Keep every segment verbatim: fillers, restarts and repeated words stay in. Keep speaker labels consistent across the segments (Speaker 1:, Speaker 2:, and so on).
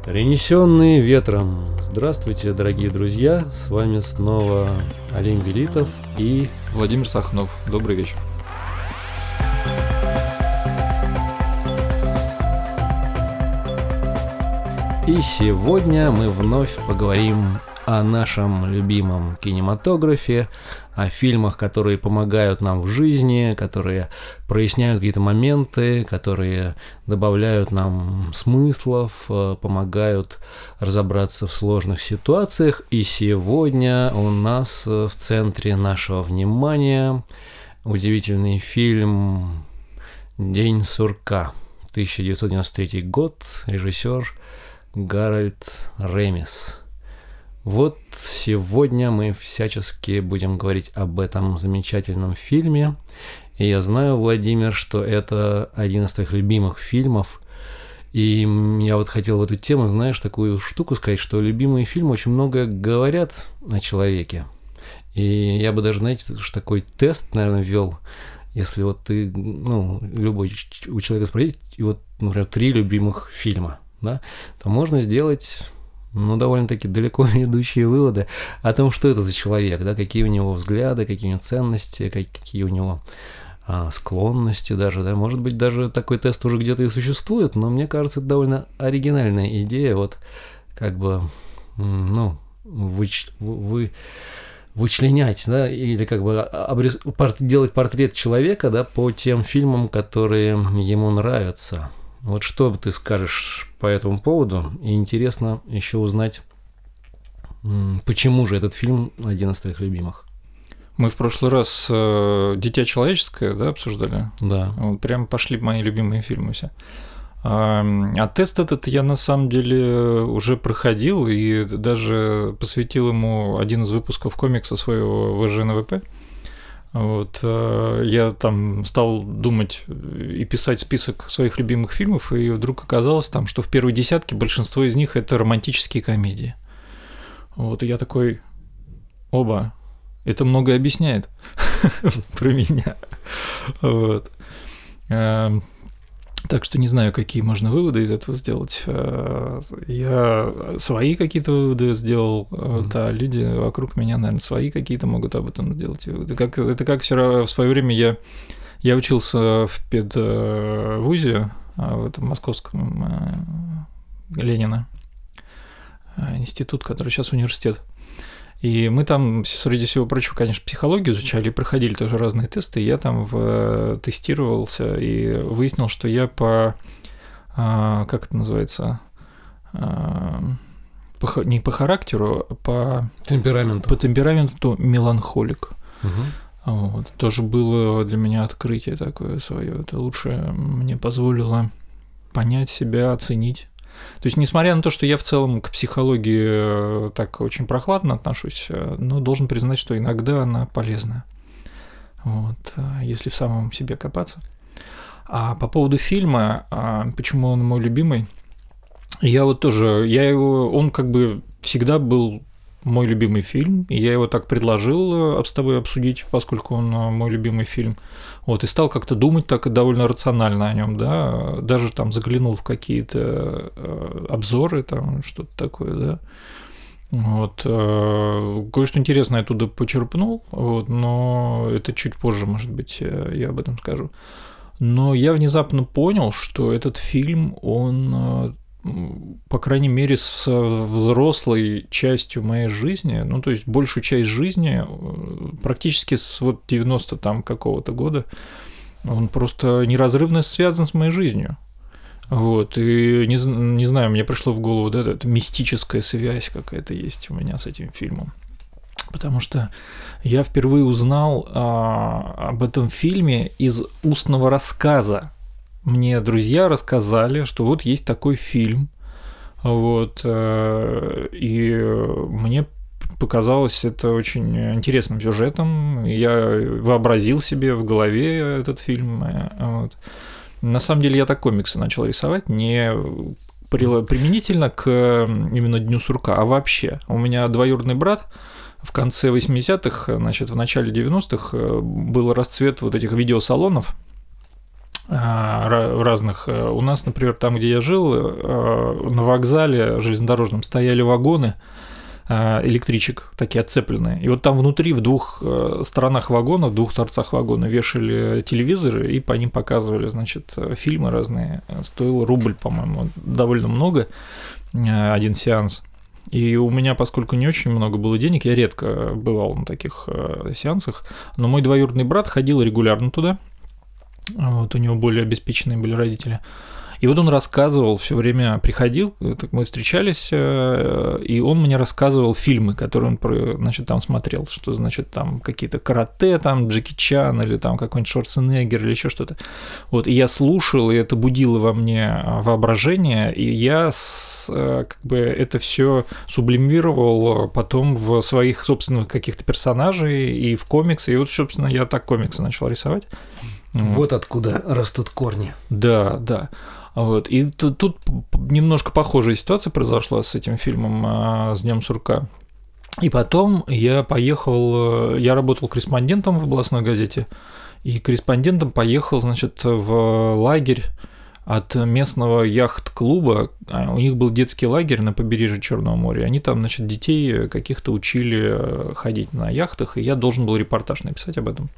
Speaker 1: Принесенные ветром. Здравствуйте, дорогие друзья, с вами снова Олень Велитов и
Speaker 2: Владимир Сахнов. Добрый вечер.
Speaker 1: И сегодня мы вновь поговорим о нашем любимом кинематографе, о фильмах, которые помогают нам в жизни, которые проясняют какие-то моменты, которые добавляют нам смыслов, помогают разобраться в сложных ситуациях. И сегодня у нас в центре нашего внимания удивительный фильм «День сурка», тысяча девятьсот девяносто третий год, режиссер Гарольд Ремис. Вот сегодня мы всячески будем говорить об этом замечательном фильме. И я знаю, Владимир, что это один из твоих любимых фильмов. И я вот хотел в эту тему, знаешь, такую штуку сказать, что любимые фильмы очень много говорят о человеке. И я бы даже, знаете, такой тест, наверное, ввел. Если вот ты, ну, любой у человека спросить, и вот, например, три любимых фильма, да, то можно сделать... ну, довольно-таки далеко идущие выводы о том, что это за человек, да, какие у него взгляды, какие у него ценности, какие у него а, склонности даже, да, может быть, даже такой тест уже где-то и существует, но мне кажется, это довольно оригинальная идея, вот, как бы, ну, выч, вы, вычленять, да, или как бы обрез, порт, делать портрет человека, да, по тем фильмам, которые ему нравятся. Вот что ты скажешь по этому поводу? И интересно еще узнать, почему же этот фильм один из твоих любимых.
Speaker 2: Мы в прошлый раз э, «Дитя человеческое», да, обсуждали?
Speaker 1: Да.
Speaker 2: Вот, прям пошли мои любимые фильмы все. А, а тест этот я на самом деле уже проходил и даже посвятил ему один из выпусков комикса своего вэ жэ эн вэ пэ. Вот, я там стал думать и писать список своих любимых фильмов, и вдруг оказалось там, что в первой десятке большинство из них это романтические комедии. Вот, и я такой, оба, это многое объясняет про меня. Вот. Так что не знаю, какие можно выводы из этого сделать. Я свои какие-то выводы сделал, mm-hmm. да, люди вокруг меня, наверное, свои какие-то могут об этом сделать выводы. Как, это как все равно в свое время я, я учился в педвузе, в этом московском Ленина, институт, который сейчас университет. И мы там, среди всего прочего, конечно, психологию изучали, проходили тоже разные тесты, и я там в, тестировался и выяснил, что я по, а, как это называется, а, по, не по характеру, а по
Speaker 1: темпераменту,
Speaker 2: по темпераменту меланхолик.
Speaker 1: Угу.
Speaker 2: Вот. Тоже было для меня открытие такое свое. Это лучше мне позволило понять себя, оценить. То есть, несмотря на то, что я в целом к психологии так очень прохладно отношусь, но должен признать, что иногда она полезна, вот, если в самом себе копаться. А по поводу фильма, почему он мой любимый, я вот тоже, я его, он как бы всегда был мой любимый фильм, и я его так предложил с тобой обсудить, поскольку он мой любимый фильм. Вот, и стал как-то думать так довольно рационально о нем, да, даже там заглянул в какие-то обзоры, там что-то такое, да. Вот, кое-что интересное оттуда почерпнул, вот, но это чуть позже, может быть, я об этом скажу. Но я внезапно понял, что этот фильм, он, по крайней мере, с взрослой частью моей жизни, ну, то есть большую часть жизни, практически с вот девяностого там какого-то года, он просто неразрывно связан с моей жизнью. Вот, и не, не знаю, мне пришло в голову, да, эта мистическая связь какая-то есть у меня с этим фильмом. Потому что я впервые узнал а, об этом фильме из устного рассказа. Мне друзья рассказали, что вот есть такой фильм, вот, и мне показалось это очень интересным сюжетом, я вообразил себе в голове этот фильм, вот. На самом деле я так комиксы начал рисовать, не применительно к именно Дню сурка, а вообще. У меня двоюродный брат в конце восьмидесятых, значит, в начале девяностых был расцвет вот этих видеосалонов, разных. У нас, например, там, где я жил, на вокзале железнодорожном стояли вагоны электричек, такие отцепленные. И вот там внутри, в двух сторонах вагона, в двух торцах вагона вешали телевизоры, и по ним показывали, значит, фильмы разные. Стоило рубль, по-моему, довольно много, один сеанс. И у меня, поскольку не очень много было денег, я редко бывал на таких сеансах, но мой двоюродный брат ходил регулярно туда. Вот, у него более обеспеченные были родители. И вот он рассказывал, все время приходил, так мы встречались, и он мне рассказывал фильмы, которые он, значит, там смотрел, что, значит, там какие-то карате, там Джеки Чан или там какой-нибудь Шварценеггер или еще что-то. Вот, и я слушал, и это будило во мне воображение, и я как бы это все сублимировал потом в своих собственных каких-то персонажей и в комиксы, и вот, собственно, я так комиксы начал рисовать.
Speaker 1: Вот, вот откуда растут корни.
Speaker 2: Да, да. Вот. И тут, тут немножко похожая ситуация произошла с этим фильмом «С днем сурка». И потом я поехал, я работал корреспондентом в областной газете, и корреспондентом поехал, значит, в лагерь от местного яхт-клуба. У них был детский лагерь на побережье Черного моря. Они там, значит, детей каких-то учили ходить на яхтах, и я должен был репортаж написать об этом.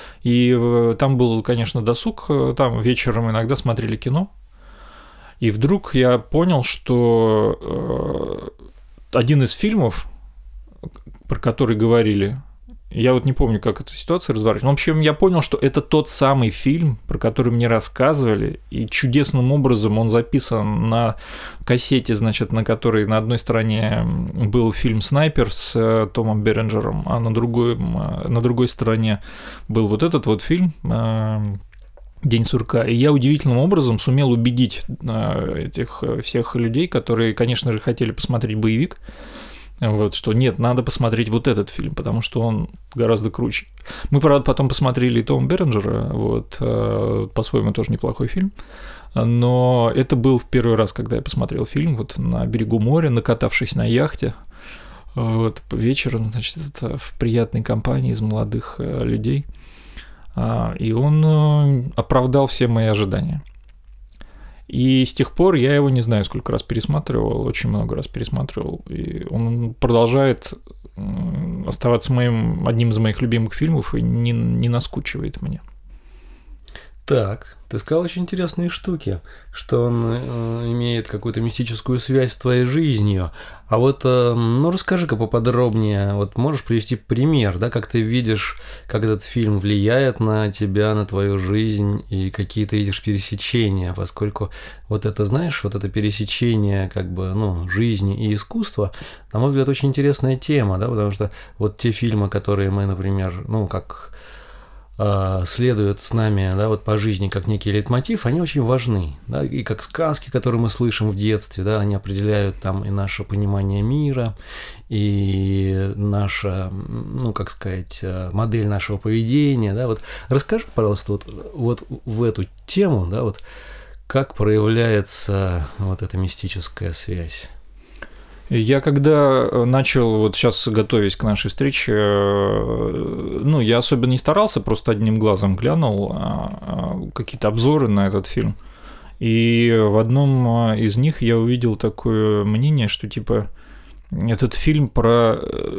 Speaker 2: И там был, конечно, досуг, там вечером иногда смотрели кино. И вдруг я понял, что один из фильмов, про который говорили, я вот не помню, как эта ситуация разворачивалась, но в общем, я понял, что это тот самый фильм, про который мне рассказывали, и чудесным образом он записан на кассете, значит, на которой на одной стороне был фильм «Снайпер» с Томом Беренджером, а на другой, на другой стороне был вот этот вот фильм «День сурка». И я удивительным образом сумел убедить этих всех людей, которые, конечно же, хотели посмотреть боевик, вот, что нет, надо посмотреть вот этот фильм, потому что он гораздо круче. Мы, правда, потом посмотрели и Тома Беренджера, вот, по-своему тоже неплохой фильм, но это был в первый раз, когда я посмотрел фильм вот на берегу моря, накатавшись на яхте, вот, вечером, значит, это в приятной компании из молодых людей, и он оправдал все мои ожидания. И с тех пор я его не знаю, сколько раз пересматривал, очень много раз пересматривал, и он продолжает оставаться моим, одним из моих любимых фильмов и не, не наскучивает мне.
Speaker 1: Так, ты сказал очень интересные штуки, что он э, имеет какую-то мистическую связь с твоей жизнью. А вот, э, ну, расскажи-ка поподробнее, вот можешь привести пример, да, как ты видишь, как этот фильм влияет на тебя, на твою жизнь, и какие ты видишь пересечения, поскольку вот это, знаешь, вот это пересечение, как бы, ну, жизни и искусства, на мой взгляд, очень интересная тема, да, потому что вот те фильмы, которые мы, например, ну, как... следуют с нами, да, вот по жизни как некий лейтмотив, они очень важны, да, и как сказки, которые мы слышим в детстве, да, они определяют там и наше понимание мира, и наша, ну, как сказать, модель нашего поведения, да, вот расскажи, пожалуйста, вот, вот в эту тему, да, вот как проявляется вот эта мистическая связь.
Speaker 2: Я когда начал, вот сейчас готовясь к нашей встрече, ну, я особенно не старался, просто одним глазом глянул какие-то обзоры на этот фильм, и в одном из них я увидел такое мнение, что, типа, этот фильм про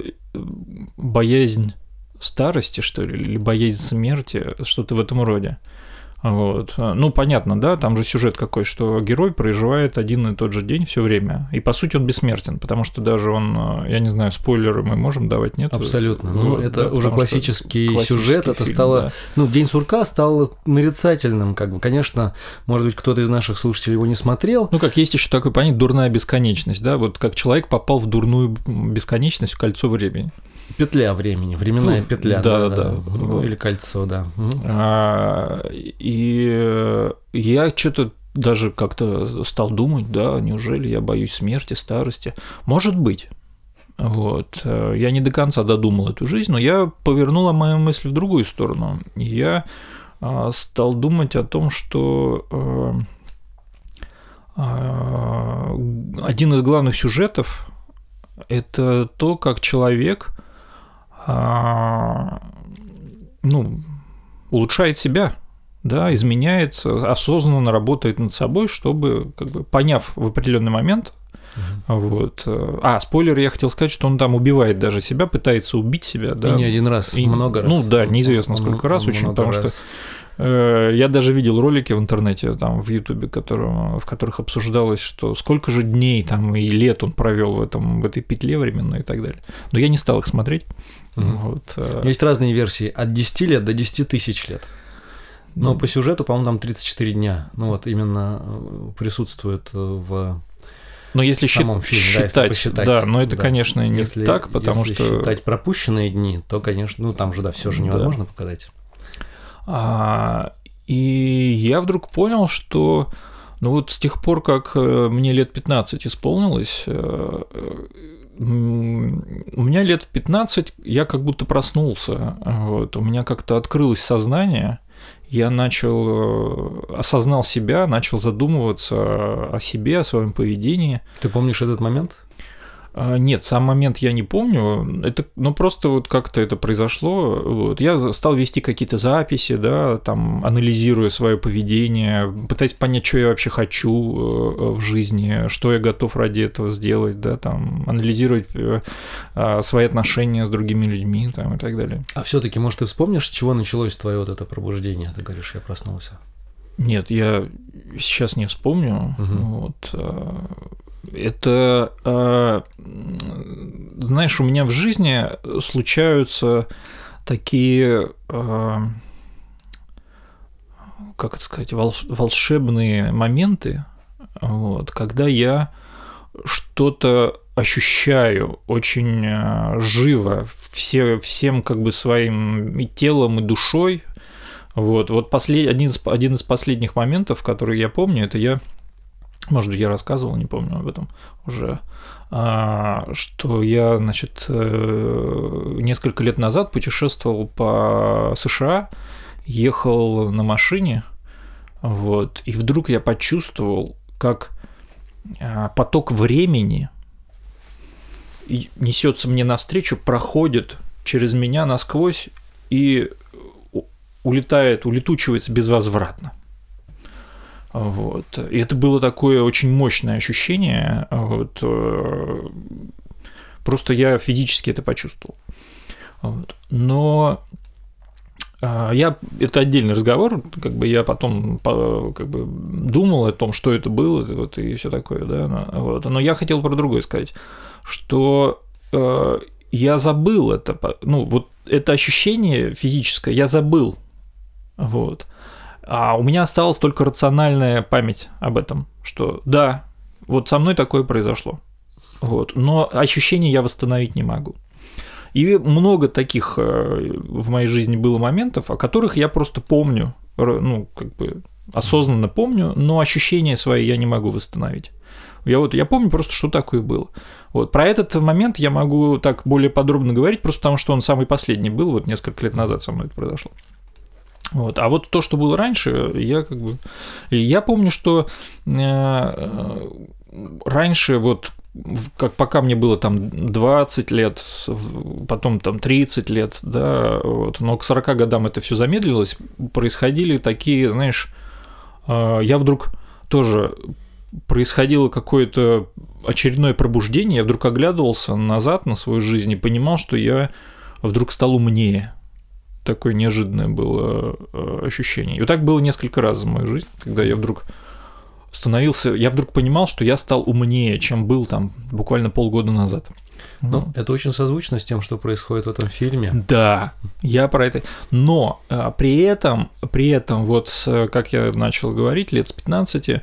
Speaker 2: боязнь старости, что ли, или боязнь смерти, что-то в этом роде. Вот. Ну, понятно, да, там же сюжет какой, что герой проживает один и тот же день все время, и по сути он бессмертен, потому что даже он, я не знаю, спойлеры мы можем давать, нет?
Speaker 1: Абсолютно, ну, ну это да, уже классический, классический сюжет, это
Speaker 2: фильм,
Speaker 1: стало,
Speaker 2: да.
Speaker 1: Ну, «День сурка» стал нарицательным, как бы, конечно, может быть, кто-то из наших слушателей его не смотрел.
Speaker 2: Ну, как есть еще такое понятие «дурная бесконечность», да, вот как человек попал в дурную бесконечность, в кольцо времени.
Speaker 1: Петля времени, временная ну, петля,
Speaker 2: да,
Speaker 1: да,
Speaker 2: да,
Speaker 1: да. Ну, или кольцо, да.
Speaker 2: А, и я что-то даже как-то стал думать, да, неужели я боюсь смерти, старости? Может быть. Вот. Я не до конца додумал эту жизнь, но я повернула мою мысль в другую сторону. Я стал думать о том, что один из главных сюжетов – это то, как человек ну, улучшает себя, да, изменяет, осознанно работает над собой, чтобы, как бы, поняв в определенный момент, uh-huh. вот. А, спойлер, я хотел сказать, что он там убивает даже себя, пытается убить себя, да.
Speaker 1: И не один раз, и, много раз.
Speaker 2: Ну да, неизвестно сколько он, раз, он очень, потому раз. что э, я даже видел ролики в интернете, там, в Ютубе, в которых обсуждалось, что сколько же дней там и лет он провел в этом, в этой петле временной и так далее. Но я не стал их смотреть. Uh-huh. Вот.
Speaker 1: Есть разные версии, от десяти лет до десяти тысяч лет. Но ну, по сюжету, по-моему, там тридцать четыре дня. Ну вот именно присутствует в
Speaker 2: но если
Speaker 1: самом
Speaker 2: счит,
Speaker 1: фильме,
Speaker 2: считать,
Speaker 1: да, если посчитать.
Speaker 2: Да, но это,
Speaker 1: да.
Speaker 2: конечно, не
Speaker 1: если,
Speaker 2: так, потому
Speaker 1: если
Speaker 2: что...
Speaker 1: Если считать пропущенные дни, то, конечно, ну там же, да, все же невозможно да. показать.
Speaker 2: А, и я вдруг понял, что, ну вот с тех пор, как мне лет пятнадцать исполнилось, у меня лет в пятнадцать я как будто проснулся, вот, у меня как-то открылось сознание, я начал, осознал себя, начал задумываться о себе, о своем поведении.
Speaker 1: Ты помнишь этот момент?
Speaker 2: Нет, сам момент я не помню, это, ну, просто вот как-то это произошло, вот. Я стал вести какие-то записи, да, там, анализируя свое поведение, пытаясь понять, что я вообще хочу в жизни, что я готов ради этого сделать, да, там, анализировать свои отношения с другими людьми, там, и так далее.
Speaker 1: А все-таки, может, ты вспомнишь, с чего началось твое вот это пробуждение? Ты говоришь, я проснулся.
Speaker 2: Нет, я сейчас не вспомню, угу. вот. Это, знаешь, у меня в жизни случаются такие, как это сказать, волшебные моменты, вот, когда я что-то ощущаю очень живо, все, всем как бы своим и телом, и душой. Вот, вот послед... один, из, один из последних моментов, который я помню, это я... Может быть, я рассказывал, не помню об этом уже, что я, значит, несколько лет назад путешествовал по США, ехал на машине, вот, и вдруг я почувствовал, как поток времени несется мне навстречу, проходит через меня насквозь и улетает, улетучивается безвозвратно. Вот. И это было такое очень мощное ощущение. Вот. Просто я физически это почувствовал. Вот. Но я, это отдельный разговор, как бы я потом как бы думал о том, что это было, вот, и все такое, да. Вот. Но я хотел про другое сказать, что я забыл это, ну, вот это ощущение физическое я забыл. Вот. А у меня осталась только рациональная память об этом, что да, вот со мной такое произошло, вот, но ощущения я восстановить не могу. И много таких в моей жизни было моментов, о которых я просто помню, ну, как бы осознанно помню, но ощущения свои я не могу восстановить. Я, вот, я помню просто, что такое было. Вот. Про этот момент я могу так более подробно говорить, просто потому что он самый последний был, вот несколько лет назад со мной это произошло. Вот. А вот то, что было раньше, я как бы... Я помню, что э, раньше, вот, как пока мне было там двадцать лет, потом там тридцать лет, да, вот, но к сорока годам это все замедлилось, происходили такие, знаешь, э, я вдруг тоже... происходило какое-то очередное пробуждение, я вдруг оглядывался назад на свою жизнь и понимал, что я вдруг стал умнее. Такое неожиданное было ощущение. И вот так было несколько раз в моей жизни, когда я вдруг становился, я вдруг понимал, что я стал умнее, чем был там буквально полгода назад.
Speaker 1: Ну, ну, это очень созвучно с тем, что происходит в этом фильме.
Speaker 2: Да, я про это. Но при этом, при этом, вот с, как я начал говорить, лет с пятнадцати,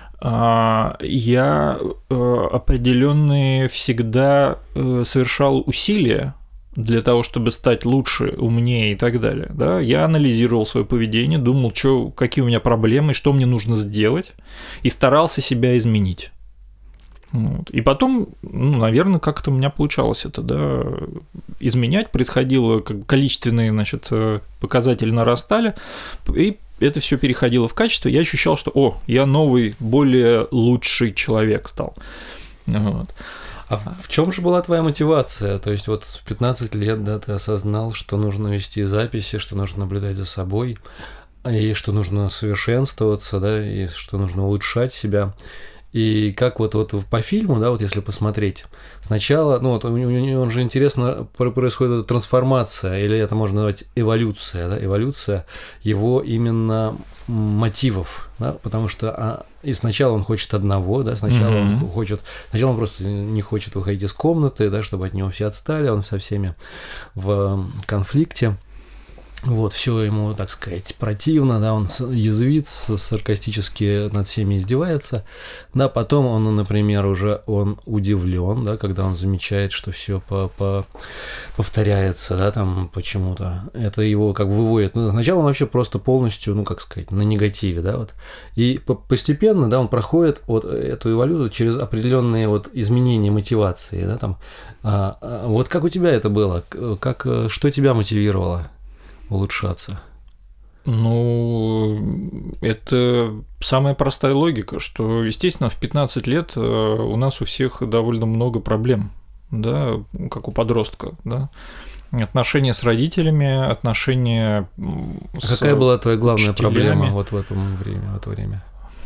Speaker 2: я определенные всегда совершал усилия для того, чтобы стать лучше, умнее и так далее. Да? Я анализировал свое поведение, думал, что, какие у меня проблемы, что мне нужно сделать, и старался себя изменить. Вот. И потом, ну, наверное, как-то у меня получалось это, да, изменять, происходило, как количественные, значит, показатели нарастали, и это все переходило в качество, я ощущал, что, о, я новый, более лучший человек стал. Вот.
Speaker 1: А в чем же была твоя мотивация? То есть вот в пятнадцать лет, да, ты осознал, что нужно вести записи, что нужно наблюдать за собой. и что нужно совершенствоваться, да, и что нужно улучшать себя. И как вот, вот по фильму, да, вот если посмотреть, сначала, ну вот у него он же интересно происходит эта трансформация, или это можно назвать эволюция, да, эволюция его именно мотивов, да, потому что а, и сначала он хочет одного, да, сначала mm-hmm. он хочет, сначала он просто не хочет выходить из комнаты, да, чтобы от него все отстали, он со всеми в конфликте. Вот, все ему, так сказать, противно, да, он язвит, саркастически над всеми издевается, да, потом он, например, уже он удивлен, да, когда он замечает, что все по -по повторяется, да, там почему-то, это его как бы выводит, ну, сначала он вообще просто полностью, ну, как сказать, на негативе, да, вот, и постепенно, да, он проходит вот эту эволюцию через определенные вот изменения мотивации, да, там, а, а, вот как у тебя это было, как, что тебя мотивировало улучшаться?
Speaker 2: Ну, это самая простая логика, что, естественно, в пятнадцать лет у нас у всех довольно много проблем, да, как у подростка, да. Отношения с родителями, отношения
Speaker 1: а
Speaker 2: с
Speaker 1: какая была твоя главная
Speaker 2: учителями.
Speaker 1: проблема вот в этом время, в это время?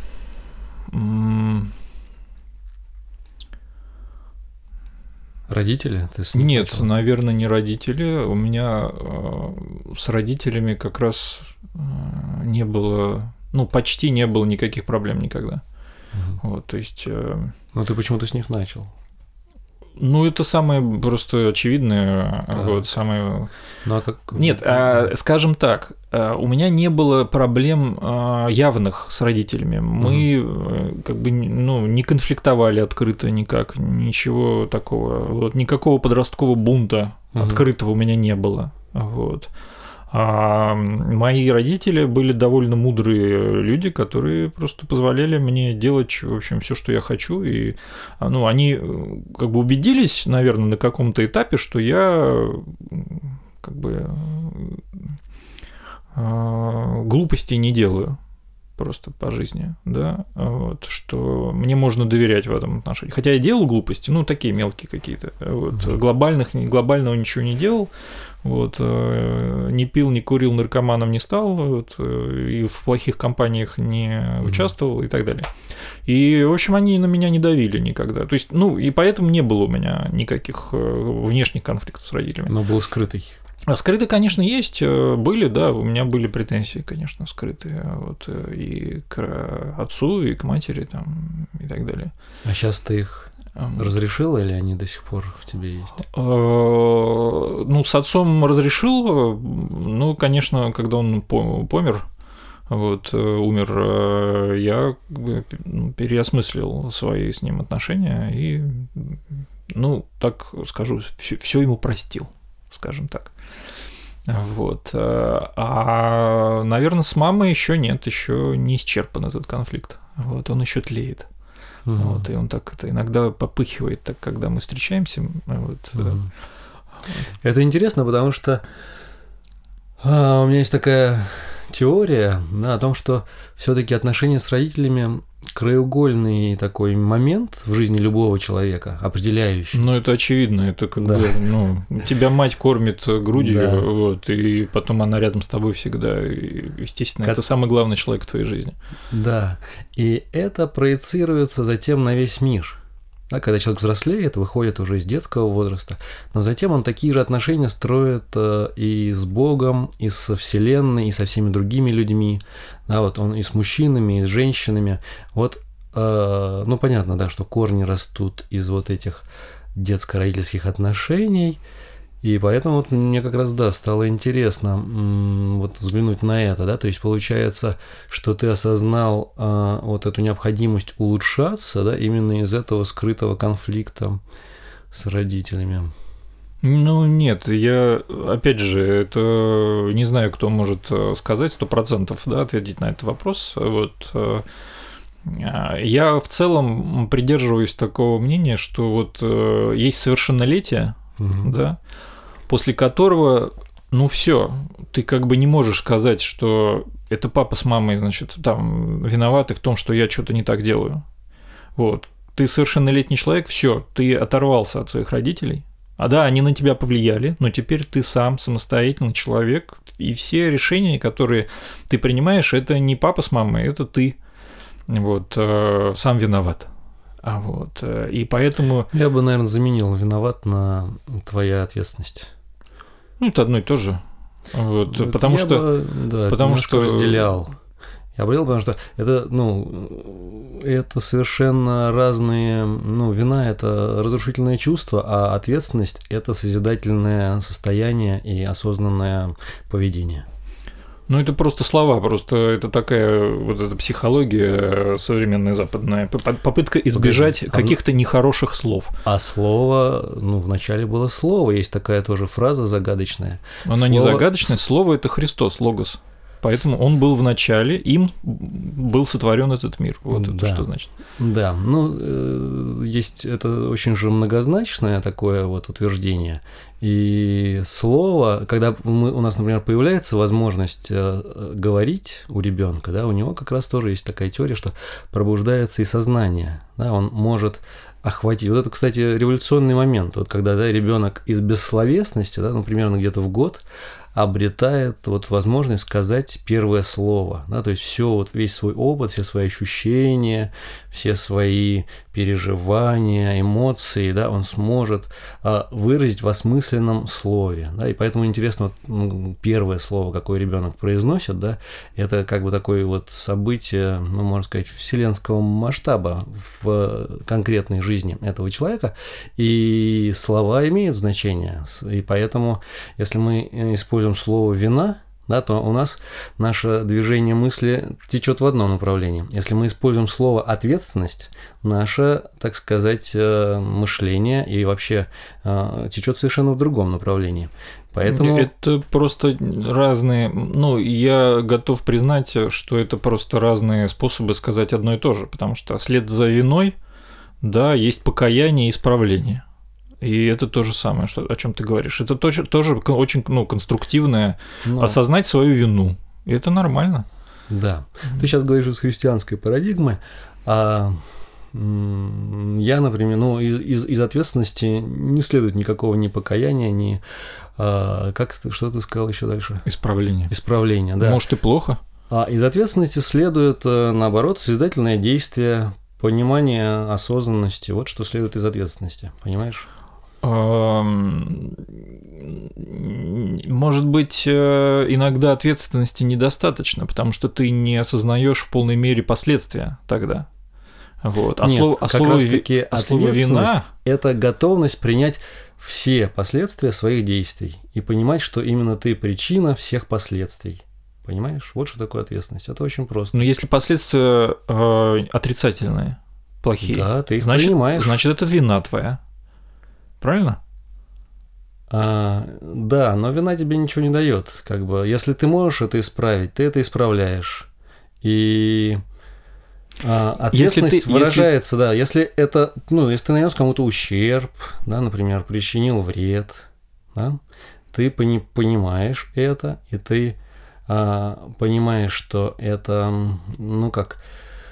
Speaker 1: Родители? Ты с
Speaker 2: Нет,
Speaker 1: начал?
Speaker 2: наверное, не родители. У меня э, с родителями как раз э, не было, ну, почти не было никаких проблем никогда. Угу. Вот, то есть... Э,
Speaker 1: ну, ты почему-то с них начал?
Speaker 2: Ну, это самое просто очевидное, да. Вот, самое...
Speaker 1: Ну, а как...
Speaker 2: Нет, а, скажем так, у меня не было проблем явных с родителями. Мы угу. как бы ну, не конфликтовали открыто никак, ничего такого. Вот, никакого подросткового бунта угу. открытого у меня не было. Вот. А мои родители были довольно мудрые люди, которые просто позволяли мне делать, в общем, все, что я хочу. И ну, они как бы убедились, наверное, на каком-то этапе, что я как бы глупостей не делаю просто по жизни, да, вот, что мне можно доверять в этом отношении. Хотя я делал глупости, ну, такие мелкие какие-то, вот, mm-hmm. глобальных, глобального ничего не делал, вот, не пил, не курил, наркоманом не стал, вот, и в плохих компаниях не mm-hmm. участвовал и так далее. И, в общем, они на меня не давили никогда. То есть, ну, и поэтому не было у меня никаких внешних конфликтов с родителями.
Speaker 1: Но был скрытый.
Speaker 2: А скрытые, конечно, есть, были, да, у меня были претензии, конечно, скрытые, вот, и к отцу, и к матери, там, и так далее.
Speaker 1: А сейчас ты их разрешил или они до сих пор в тебе есть?
Speaker 2: Ну, с отцом разрешил, ну, конечно, когда он помер, вот, умер, я переосмыслил свои с ним отношения и, ну, так скажу, все ему простил, скажем так. Вот. А, наверное, с мамой еще нет, еще не исчерпан этот конфликт. Вот, он еще тлеет. Mm-hmm. Вот, и он так это иногда попыхивает, так, когда мы встречаемся. Вот. Mm-hmm. Вот.
Speaker 1: Это интересно, потому что а, у меня есть такая теория, да, о том, что все-таки отношения с родителями краеугольный такой момент в жизни любого человека, определяющий.
Speaker 2: Ну, это очевидно, это как да. бы, ну, тебя мать кормит грудью, да. вот, и потом она рядом с тобой всегда, и, естественно, как... это самый главный человек в твоей жизни.
Speaker 1: Да, и это проецируется затем на весь мир. Да, когда человек взрослеет, выходит уже из детского возраста, но затем он такие же отношения строит и с Богом, и со Вселенной, и со всеми другими людьми, да, вот он и с мужчинами, и с женщинами, вот, э, ну, понятно, да, что корни растут из вот этих детско-родительских отношений, и поэтому вот мне как раз, да, стало интересно м- вот взглянуть на это, да, то есть получается, что ты осознал э, вот эту необходимость улучшаться, да, именно из этого скрытого конфликта с родителями.
Speaker 2: Ну, нет, я, опять же, это не знаю, кто может сказать сто процентов, да, ответить на этот вопрос, вот. Я в целом придерживаюсь такого мнения, что вот есть совершеннолетие, угу. да, после которого, ну все, ты как бы не можешь сказать, что это папа с мамой, значит, там виноваты в том, что я что-то не так делаю. Вот. Ты совершеннолетний человек, все, ты оторвался от своих родителей. А да, они на тебя повлияли, но теперь ты сам самостоятельный человек, и все решения, которые ты принимаешь, это не папа с мамой, это ты. Вот, э, сам виноват. А вот, э, и поэтому...
Speaker 1: Я бы, наверное, заменил виноват на твоя ответственность.
Speaker 2: Ну, это одно и то же. Вот,
Speaker 1: вот
Speaker 2: потому
Speaker 1: я
Speaker 2: что...
Speaker 1: Бы, да,
Speaker 2: потому что
Speaker 1: разделял. Я говорил, потому что это, ну, это совершенно разные... Ну, вина – это разрушительное чувство, а ответственность – это созидательное состояние и осознанное поведение.
Speaker 2: Ну, это просто слова, просто это такая вот эта психология современная западная, попытка избежать Погоди, каких-то а... нехороших слов.
Speaker 1: А слово, ну, вначале было слово, есть такая тоже фраза загадочная.
Speaker 2: Она
Speaker 1: слово...
Speaker 2: не загадочная, слово – это Христос, логос. Поэтому он был в начале, им был сотворен этот мир. Вот да. Это что значит.
Speaker 1: Да, ну, есть это очень же многозначное такое вот утверждение. И слово, когда мы, у нас, например, появляется возможность говорить у ребенка, да, у него как раз тоже есть такая теория, что пробуждается и сознание. Да, он может охватить. Вот это, кстати, революционный момент. Вот когда да, ребенок из бессловесности, да, ну, примерно где-то в год, обретает вот возможность сказать первое слово, да, то есть все вот весь свой опыт, все свои ощущения, все свои переживания, эмоции, да, он сможет а, выразить в осмысленном слове, да, и поэтому интересно вот, ну, первое слово, какое ребенок произносит, да, это как бы такое вот событие, ну, можно сказать, вселенского масштаба в конкретной жизни этого человека, и слова имеют значение, и поэтому, если мы используем слово «вина», да, то у нас наше движение мысли течет в одном направлении. Если мы используем слово «ответственность», наше, так сказать, мышление и вообще течет совершенно в другом направлении. Поэтому...
Speaker 2: Это просто разные... Ну, я готов признать, что это просто разные способы сказать одно и то же, потому что вслед за виной, да, есть покаяние и исправление. И это то же самое, что, о чем ты говоришь. Это тоже, тоже очень ну, конструктивное Но... осознать свою вину. И это нормально.
Speaker 1: Да. Ты сейчас говоришь из христианской парадигмы, а я, например, ну, из, из ответственности не следует никакого ни покаяния, ни... А, как ты, что ты сказал еще дальше?
Speaker 2: Исправление.
Speaker 1: Исправление, да.
Speaker 2: Может, и плохо.
Speaker 1: А из ответственности следует, наоборот, созидательное действие, понимание осознанности. Вот что следует из ответственности, понимаешь?
Speaker 2: Может быть, иногда ответственности недостаточно, потому что ты не осознаешь в полной мере последствия тогда. Вот. А
Speaker 1: Нет,
Speaker 2: слово, а
Speaker 1: как
Speaker 2: слово,
Speaker 1: раз таки
Speaker 2: а слово вина
Speaker 1: – это готовность принять все последствия своих действий и понимать, что именно ты причина всех последствий. Понимаешь? Вот что такое ответственность. Это очень просто.
Speaker 2: Но если последствия э, отрицательные, плохие,
Speaker 1: да, ты их
Speaker 2: значит,
Speaker 1: принимаешь.
Speaker 2: Значит, это вина твоя. Правильно?
Speaker 1: А, да, но вина тебе ничего не дает. Как бы, если ты можешь это исправить, ты это исправляешь. И а, ответственность если ты, выражается, если... да, если это, ну, если ты нанес кому-то ущерб, да, например, причинил вред, да, ты пони- понимаешь это, и ты а, понимаешь, что это, ну как,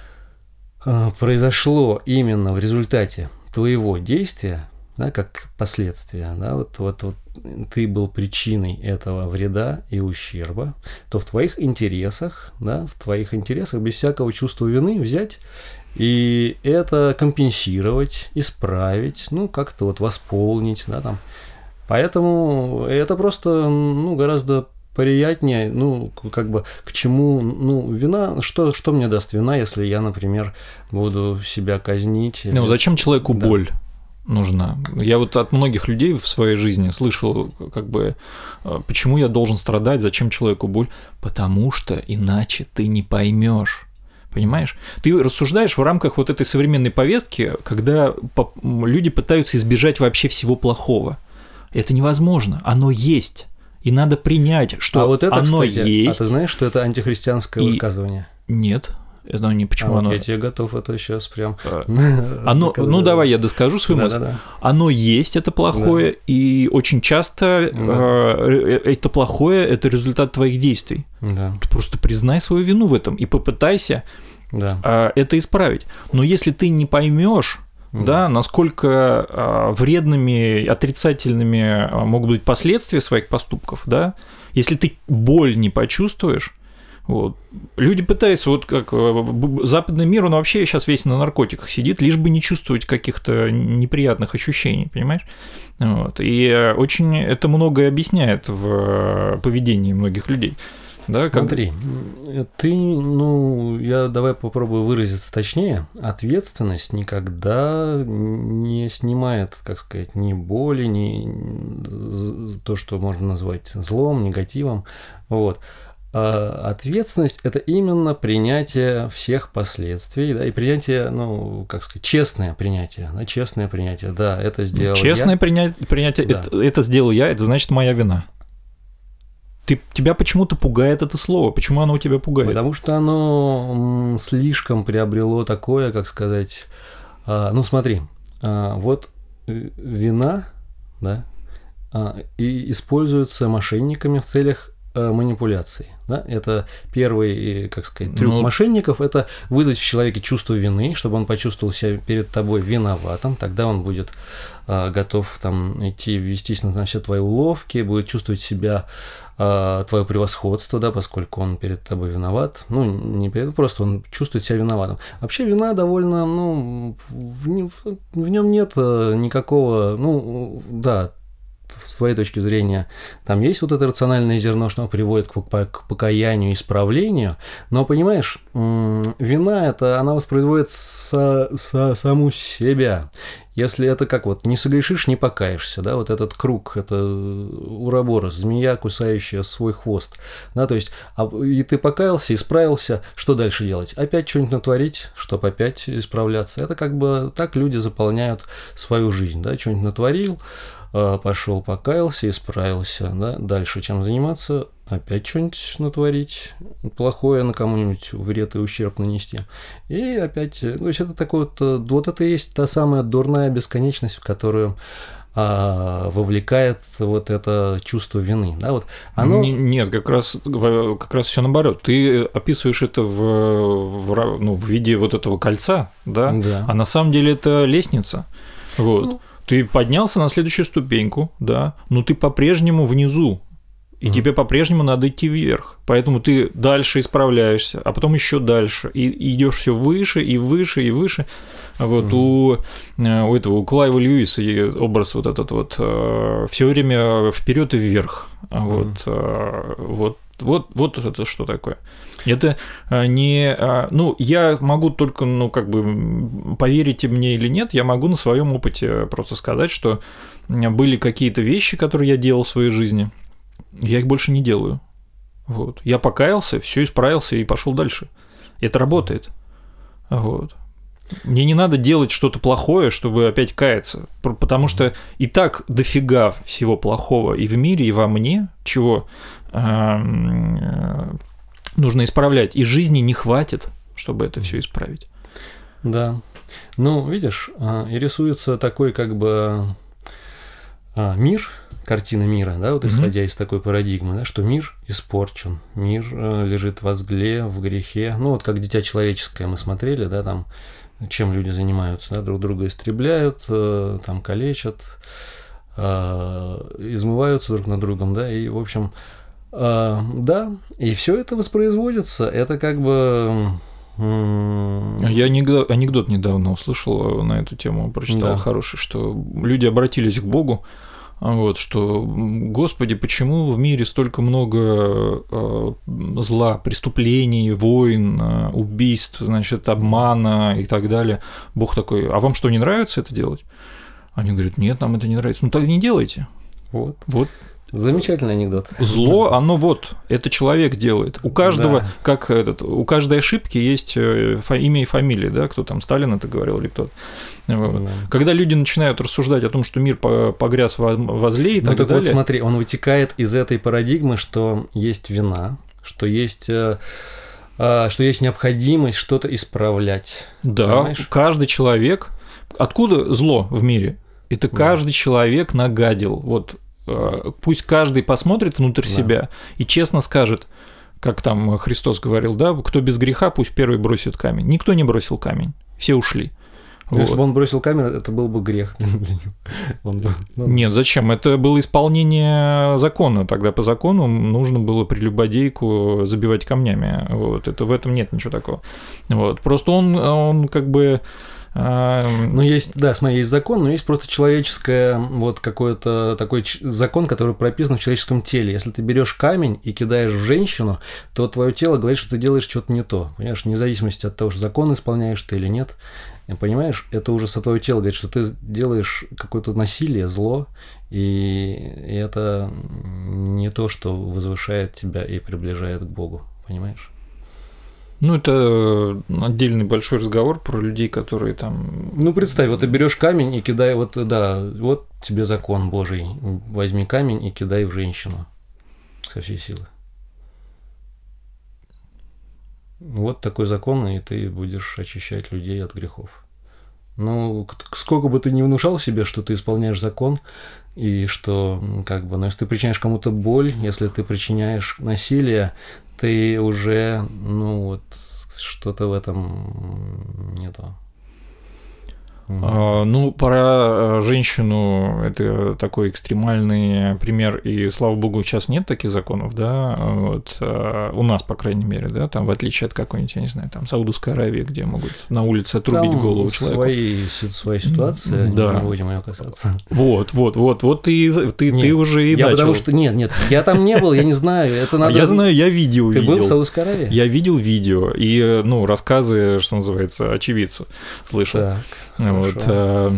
Speaker 1: а, произошло именно в результате твоего действия, да, как последствия, да, вот, вот, вот ты был причиной этого вреда и ущерба, то в твоих интересах, да, в твоих интересах без всякого чувства вины взять и это компенсировать, исправить, ну, как-то вот восполнить, да, там. Поэтому это просто, ну, гораздо приятнее, ну, как бы, к чему, ну, вина, что, что мне даст вина, если я, например, буду себя казнить?
Speaker 2: Ну, или... зачем человеку да. боль нужна? Я вот от многих людей в своей жизни слышал, как бы, почему я должен страдать, зачем человеку боль? Потому что иначе ты не поймешь. Понимаешь? Ты рассуждаешь в рамках вот этой современной повестки, когда люди пытаются избежать вообще всего плохого. Это невозможно. Оно есть. И надо принять, что
Speaker 1: а вот это,
Speaker 2: оно
Speaker 1: кстати,
Speaker 2: есть.
Speaker 1: А ты знаешь, что это антихристианское
Speaker 2: и...
Speaker 1: высказывание?
Speaker 2: Нет. Это не почему
Speaker 1: а
Speaker 2: оно.
Speaker 1: Вот я тебе готов это сейчас прям.
Speaker 2: Оно, ну давай я доскажу свою мысль. Оно есть, это плохое, и очень часто это плохое это результат твоих действий. Ты просто признай свою вину в этом и попытайся это исправить. Но если ты не поймешь, да, насколько вредными, отрицательными могут быть последствия своих поступков, да, Если ты боль не почувствуешь, вот, люди пытаются, вот как западный мир, он вообще сейчас весь на наркотиках сидит, лишь бы не чувствовать каких-то неприятных ощущений, понимаешь? Вот, и очень это многое объясняет в поведении многих людей. Да,
Speaker 1: смотри, как... ты, ну, я давай попробую выразиться точнее. Ответственность никогда не снимает, как сказать, ни боли, ни то, что можно назвать злом, негативом. Вот. А ответственность – это именно принятие всех последствий, да, и принятие, ну, как сказать, честное принятие, да, честное принятие, да, это сделал
Speaker 2: честное
Speaker 1: я.
Speaker 2: принятие, принятие да. это, это сделал я, это значит моя вина. Ты, тебя почему-то пугает это слово. Почему оно у тебя пугает?
Speaker 1: Потому что оно слишком приобрело такое, как сказать... А, ну, смотри, а, вот вина, да, а, и используется мошенниками в целях а, манипуляции. Да? Это первый, как сказать, трюк ну... мошенников – это вызвать в человеке чувство вины, чтобы он почувствовал себя перед тобой виноватым. Тогда он будет а, готов там, идти, вестись на все твои уловки, будет чувствовать себя... твое превосходство, да, поскольку он перед тобой виноват, ну, не перед, просто он чувствует себя виноватым. Вообще вина довольно, ну, в, в, в нем нет никакого, ну, да, с твоей точки зрения, там есть вот это рациональное зерно, что приводит к, к покаянию и исправлению, но, понимаешь, вина это, она воспроизводит со, со, саму себя. Если это как вот, не согрешишь, не покаешься, да, вот этот круг, это уроборос, змея, кусающая свой хвост, да, то есть, а, и ты покаялся, исправился, что дальше делать? Опять что-нибудь натворить, чтобы опять исправляться. Это как бы так люди заполняют свою жизнь, да, что-нибудь натворил, пошел, покаялся, исправился, да, дальше чем заниматься, опять что-нибудь натворить плохое, на кому-нибудь вред и ущерб нанести, и опять, то есть это такое вот, вот это и есть та самая дурная бесконечность, в которую а, вовлекает вот это чувство вины, да, вот оно...
Speaker 2: Нет, как раз, как раз все наоборот, ты описываешь это в, в, ну, в виде вот этого кольца, да,
Speaker 1: да.
Speaker 2: А на самом деле это лестница, вот. Ну, ты поднялся на следующую ступеньку, да, но ты по-прежнему внизу, и mm-hmm. тебе по-прежнему надо идти вверх. Поэтому ты дальше исправляешься, а потом еще дальше, и идешь все выше и выше и выше. Вот mm-hmm. у, у этого у Клайва Льюиса образ вот этот вот все время вперед и вверх. Вот, mm-hmm. вот, вот, вот это что такое. Это не... Ну, я могу только, ну, как бы, поверите мне или нет, я могу на своем опыте просто сказать, что были какие-то вещи, которые я делал в своей жизни, я их больше не делаю. Вот. Я покаялся, все исправился и пошел дальше. Это работает. Вот. Мне не надо делать что-то плохое, чтобы опять каяться, потому что и так дофига всего плохого и в мире, и во мне, чего нужно исправлять, и жизни не хватит, чтобы это все исправить.
Speaker 1: Да. Ну, видишь, и рисуется такой как бы мир, картина мира, да, вот исходя mm-hmm. из такой парадигмы, да, что мир испорчен, мир лежит во зле, в грехе. Ну, вот как «Дитя человеческое» мы смотрели, да, там, чем люди занимаются, да, друг друга истребляют, там, калечат, измываются друг над другом, да, и, в общем, да, и все это воспроизводится, это как бы...
Speaker 2: Я анекдот, анекдот недавно услышал на эту тему, прочитал да. хороший, что люди обратились к Богу, вот, что, Господи, почему в мире столько много э, зла, преступлений, войн, э, убийств, значит, обмана и так далее. Бог такой, а вам что, не нравится это делать? Они говорят, нет, нам это не нравится. Ну, так не делайте.
Speaker 1: Вот.
Speaker 2: Вот.
Speaker 1: Замечательный анекдот.
Speaker 2: Зло, оно вот, это человек делает. У каждого, да. как этот, у каждой ошибки есть имя и фамилия, да, кто там, Сталин это говорил или кто-то. Вот. Да. Когда люди начинают рассуждать о том, что мир погряз во зле и так, ну, так далее.
Speaker 1: Вот смотри, он вытекает из этой парадигмы, что есть вина, что есть... что есть необходимость что-то исправлять.
Speaker 2: Да, понимаешь? Каждый человек... Откуда зло в мире? Это каждый да. человек нагадил. Вот пусть каждый посмотрит внутрь да. себя и честно скажет, как там Христос говорил, да, кто без греха, пусть первый бросит камень. Никто не бросил камень, все ушли. Вот.
Speaker 1: Если бы он бросил камеру, это был бы грех для него. Он бы, ну...
Speaker 2: Нет, зачем? Это было исполнение закона. Тогда по закону нужно было прелюбодейку забивать камнями. Вот. Это, в этом нет ничего такого. Вот. Просто он, он как бы...
Speaker 1: Ну, есть, да, смотри, есть закон, но есть просто человеческое, вот какой-то такой закон, который прописан в человеческом теле. Если ты берешь камень и кидаешь в женщину, то твое тело говорит, что ты делаешь что-то не то. Понимаешь, вне зависимости от того, что закон исполняешь ты или нет. Понимаешь, это уже со твоего тела говорит, что ты делаешь какое-то насилие, зло, и это не то, что возвышает тебя и приближает к Богу. Понимаешь?
Speaker 2: Ну, это отдельный большой разговор про людей, которые там...
Speaker 1: Ну, представь, вот ты берешь камень и кидай, вот, да, вот тебе закон Божий. Возьми камень и кидай в женщину со всей силы. Вот такой закон, и ты будешь очищать людей от грехов. Ну, сколько бы ты ни внушал себе, что ты исполняешь закон, и что, как бы, но если ты причиняешь кому-то боль, если ты причиняешь насилие, ты уже, ну, вот, что-то в этом не то.
Speaker 2: А, ну, про женщину это такой экстремальный пример, и, слава богу, сейчас нет таких законов, да, вот, а, у нас, по крайней мере, да, там, в отличие от какой-нибудь, я не знаю, там, Саудовской Аравии, где могут на улице отрубить
Speaker 1: там
Speaker 2: голову человеку.
Speaker 1: Свои, свои ситуации,
Speaker 2: да.
Speaker 1: Не будем ее касаться.
Speaker 2: Вот, вот, вот, вот ты, ты,
Speaker 1: нет,
Speaker 2: ты уже и
Speaker 1: я
Speaker 2: начал.
Speaker 1: Потому что, нет, нет, я там не был, я не знаю, это надо...
Speaker 2: Я знаю, я видео
Speaker 1: ты
Speaker 2: видел.
Speaker 1: Ты был в Саудовской Аравии?
Speaker 2: Я видел видео и, ну, рассказы, что называется, очевидцу слышал.
Speaker 1: Так.
Speaker 2: Вот, а,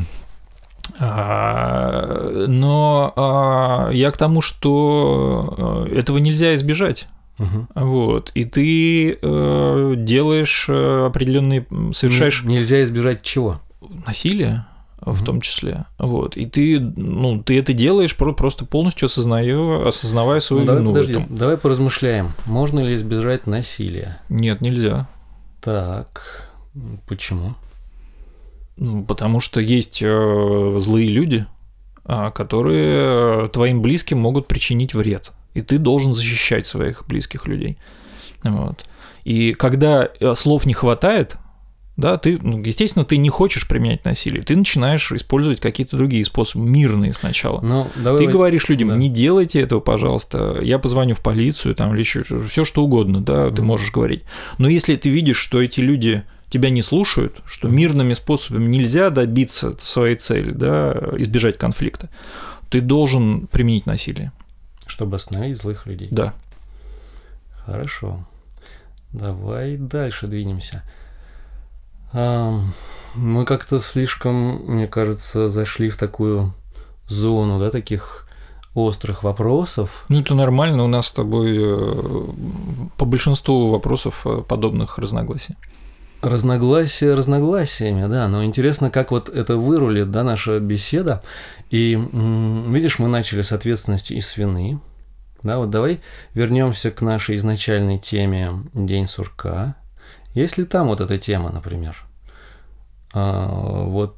Speaker 2: а, но а, я к тому, что этого нельзя избежать.
Speaker 1: Угу.
Speaker 2: Вот, и ты а, делаешь определенные, совершаешь...
Speaker 1: Нельзя избежать чего?
Speaker 2: Насилия. В том числе. Вот. И ты, ну, ты это делаешь просто полностью осознаю, осознавая свою
Speaker 1: ну,
Speaker 2: вину
Speaker 1: давай,
Speaker 2: в этом.
Speaker 1: Подожди, давай поразмышляем. Можно ли избежать насилия?
Speaker 2: Нет, нельзя.
Speaker 1: Так, почему?
Speaker 2: Ну, потому что есть э, злые люди, э, которые твоим близким могут причинить вред. И ты должен защищать своих близких людей. Вот. И когда слов не хватает, да, ты, ну, естественно, ты не хочешь применять насилие, ты начинаешь использовать какие-то другие способы, мирные сначала.
Speaker 1: Ну, давай
Speaker 2: ты
Speaker 1: вы...
Speaker 2: говоришь людям,
Speaker 1: да.
Speaker 2: не делайте этого, пожалуйста, я позвоню в полицию, там, или еще все что угодно, да, mm-hmm. ты можешь говорить. Но если ты видишь, что эти люди тебя не слушают, что мирными способами нельзя добиться своей цели, да, избежать конфликта, ты должен применить насилие.
Speaker 1: Чтобы остановить злых людей.
Speaker 2: Да.
Speaker 1: Хорошо. Давай дальше двинемся. А, мы как-то слишком, мне кажется, зашли в такую зону, да, таких острых вопросов.
Speaker 2: Ну, это нормально, у нас с тобой по большинству вопросов подобных разногласий.
Speaker 1: Разногласия разногласиями, да, но интересно, как вот это вырулит, да, наша беседа. И видишь, мы начали с ответственности и с вины. Да, вот давай вернемся к нашей изначальной теме «День сурка». Есть ли там вот эта тема, например? А, вот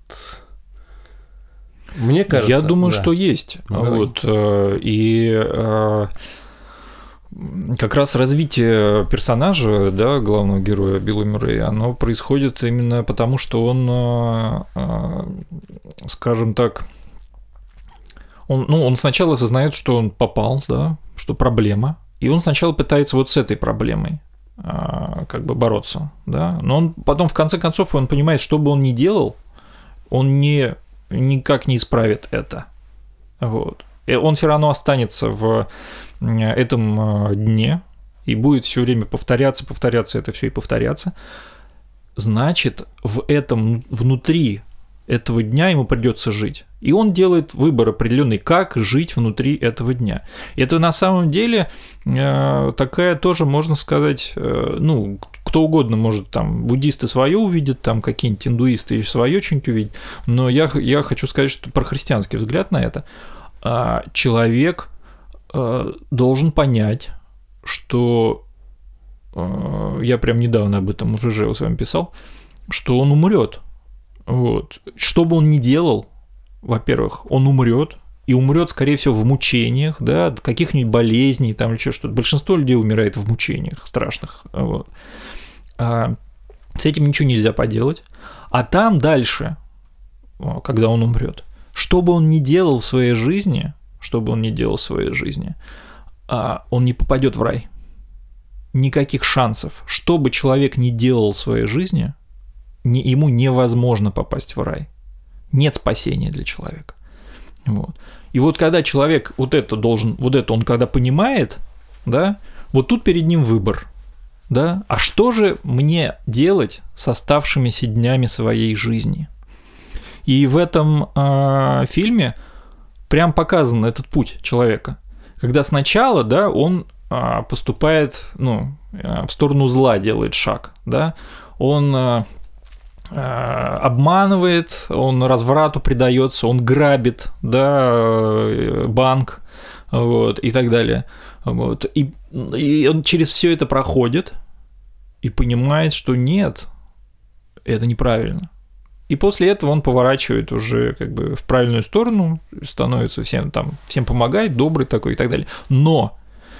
Speaker 1: мне кажется...
Speaker 2: Я думаю,
Speaker 1: да.
Speaker 2: что есть.
Speaker 1: Ну,
Speaker 2: вот, и как раз развитие персонажа, да, главного героя Билла Мюррея, оно происходит именно потому, что он, скажем так, он, ну, он сначала осознает, что он попал, да, что проблема, и он сначала пытается вот с этой проблемой как бы бороться, да, но он потом в конце концов он понимает, что бы он ни делал, он не, никак не исправит это, вот, и он все равно останется в этом дне и будет все время повторяться, повторяться это все и повторяться, значит, в этом, внутри этого дня ему придется жить. И он делает выбор определенный, как жить внутри этого дня. И это на самом деле э, такая тоже, можно сказать, э, ну, кто угодно может, там, буддисты свое увидят, там, какие-нибудь индуисты свое что-нибудь увидят, но я, я хочу сказать, что про христианский взгляд на это, э, человек э, должен понять, что, э, я прям недавно об этом уже с вами писал, что он умрет. Вот. Что бы он ни делал, во-первых, он умрет, и умрет, скорее всего, в мучениях, да, от каких-нибудь болезней, там, или что-то. Большинство людей умирает в мучениях страшных. Вот. А с этим ничего нельзя поделать. А там дальше когда он умрет. Что бы он ни делал в своей жизни, что бы он ни делал в своей жизни, он не попадет в рай. Никаких шансов. Что бы человек ни делал в своей жизни, ему невозможно попасть в рай. Нет спасения для человека. Вот. И вот когда человек вот это должен, вот это он когда понимает, да, вот тут перед ним выбор, да, а что же мне делать с оставшимися днями своей жизни? И в этом э, фильме прям показан этот путь человека, когда сначала, да, он э, поступает, ну, э, в сторону зла делает шаг, да, он э, обманывает, он разврату предается, он грабит, да, банк, вот, и так далее. Вот. И, и он через все это проходит и понимает, что нет, это неправильно. И после этого он поворачивает уже как бы в правильную сторону, становится всем там, всем помогает, добрый такой и так далее. Но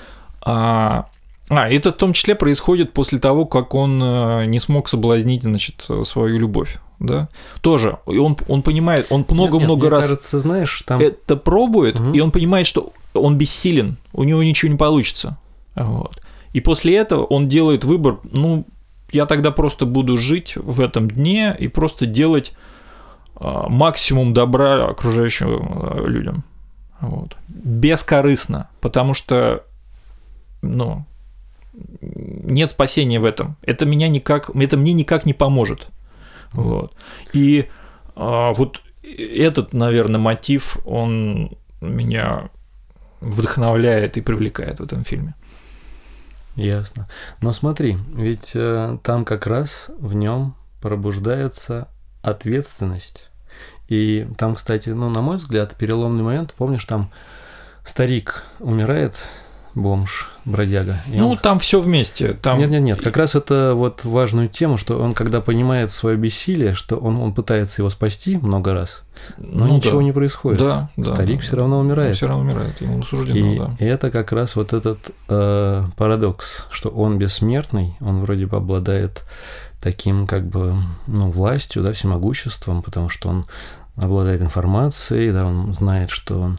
Speaker 2: а, А, это в том числе происходит после того, как он не смог соблазнить, значит, свою любовь, да? Тоже. И он, он понимает, он много-много раз
Speaker 1: кажется, знаешь, там...
Speaker 2: это пробует,
Speaker 1: угу.
Speaker 2: И он понимает, что он бессилен, у него ничего не получится. Вот. И после этого он делает выбор, ну, я тогда просто буду жить в этом дне и просто делать максимум добра окружающим людям. Вот. Бескорыстно, потому что, ну... нет спасения в этом. Это меня никак, это мне никак не поможет. Вот. И а, вот этот, наверное, мотив, он меня вдохновляет и привлекает в этом фильме.
Speaker 1: Ясно. Но смотри, ведь э, там как раз в нем пробуждается ответственность. И там, кстати, ну, на мой взгляд, переломный момент. Помнишь, там старик умирает, бомж, бродяга.
Speaker 2: Ну,
Speaker 1: он...
Speaker 2: там все вместе. Там...
Speaker 1: Нет, нет, нет. Как раз это вот важную тему, что он, когда понимает свое бессилие, что он, он пытается его спасти много раз, но ну, ничего
Speaker 2: да.
Speaker 1: не происходит.
Speaker 2: Да,
Speaker 1: Старик
Speaker 2: да,
Speaker 1: все равно умирает.
Speaker 2: Все равно умирает, ему суждено,
Speaker 1: и,
Speaker 2: да.
Speaker 1: И это как раз вот этот э, парадокс, что он бессмертный, он вроде бы обладает таким как бы, ну, властью, да, всемогуществом, потому что он обладает информацией, да, он знает, что он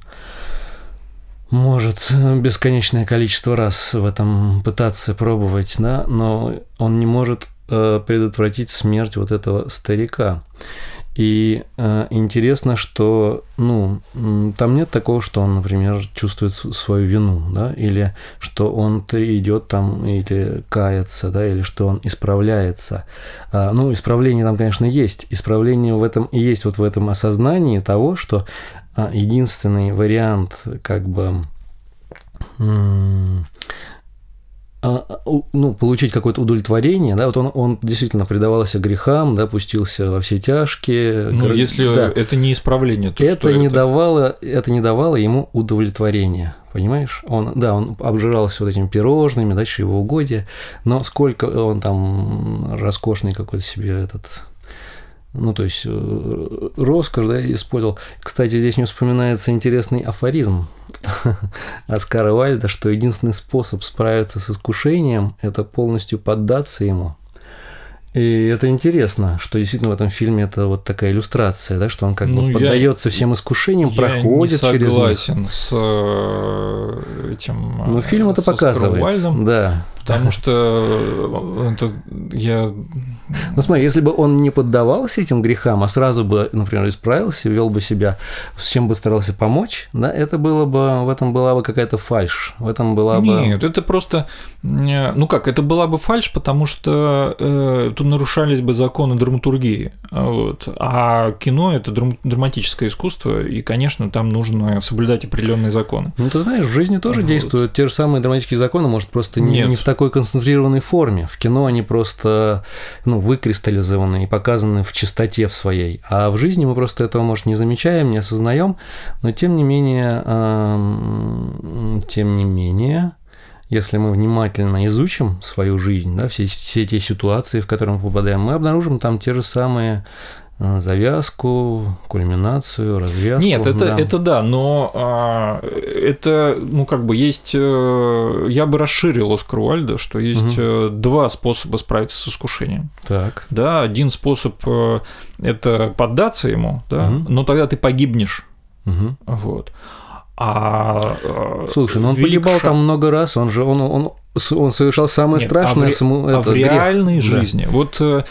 Speaker 1: может бесконечное количество раз в этом пытаться пробовать, да, но он не может э, предотвратить смерть вот этого старика. И э, интересно, что, ну, там нет такого, что он, например, чувствует свою вину, да, или что он идет там или кается, да, или что он исправляется. А, ну, исправление там, конечно, есть. Исправление в этом и есть вот в этом осознании того, что а, единственный вариант, как бы, м- ну, получить какое-то удовлетворение, да, вот он, он действительно предавался грехам, да, пустился во все тяжкие.
Speaker 2: Ну,
Speaker 1: гр...
Speaker 2: если
Speaker 1: да.
Speaker 2: это не исправление, то
Speaker 1: это
Speaker 2: что
Speaker 1: не
Speaker 2: это?
Speaker 1: давало, это не давало ему удовлетворения, понимаешь? Он, да, он обжирался вот этими пирожными, да, чревоугодия, но сколько он там роскошный какой-то себе этот... Ну, то есть, роскошь, да, использовал. Кстати, здесь мне вспоминается интересный афоризм Оскара Уайльда, что единственный способ справиться с искушением – это полностью поддаться ему. И это интересно, что действительно в этом фильме это вот такая иллюстрация, да, что он как ну, бы поддается всем искушениям,
Speaker 2: я
Speaker 1: проходит
Speaker 2: не
Speaker 1: через них.
Speaker 2: Я согласен с этим.
Speaker 1: Ну, фильм это показывает,
Speaker 2: Уайльдом,
Speaker 1: да.
Speaker 2: Потому что это я...
Speaker 1: Ну, смотри, если бы он не поддавался этим грехам, а сразу бы, например, исправился, вел бы себя, с чем бы старался помочь, да, это было бы, в этом была бы какая-то фальшь, в этом была бы...
Speaker 2: Нет, это просто, ну как, это была бы фальшь, потому что э, тут нарушались бы законы драматургии, вот. А кино – это драм- драматическое искусство, и, конечно, там нужно соблюдать определенные законы.
Speaker 1: Ну, ты знаешь, в жизни тоже вот. Действуют те же самые драматические законы, может, просто не, не в такой концентрированной форме. В кино они просто, ну, выкристаллизованы и показаны в чистоте в своей. А в жизни мы просто этого, может, не замечаем, не осознаем, но тем не менее, э, тем не менее, если мы внимательно изучим свою жизнь, да, все, все те ситуации, в которые мы попадаем, мы обнаружим там те же самые завязку, кульминацию, развязку.
Speaker 2: Нет, это
Speaker 1: да,
Speaker 2: это да, но а, это, ну, как бы есть... Я бы расширил Оскар Уайльда, что есть угу. два способа справиться с искушением.
Speaker 1: Так.
Speaker 2: Да, один способ – это поддаться ему, да, угу. но тогда ты погибнешь.
Speaker 1: Угу.
Speaker 2: Вот. А,
Speaker 1: Слушай, ну он погибал шаг... там много раз, он же он, он, он совершал самое Нет, страшное.
Speaker 2: А в,
Speaker 1: саму,
Speaker 2: а
Speaker 1: это,
Speaker 2: в реальной
Speaker 1: грех.
Speaker 2: жизни. Да. Вот э,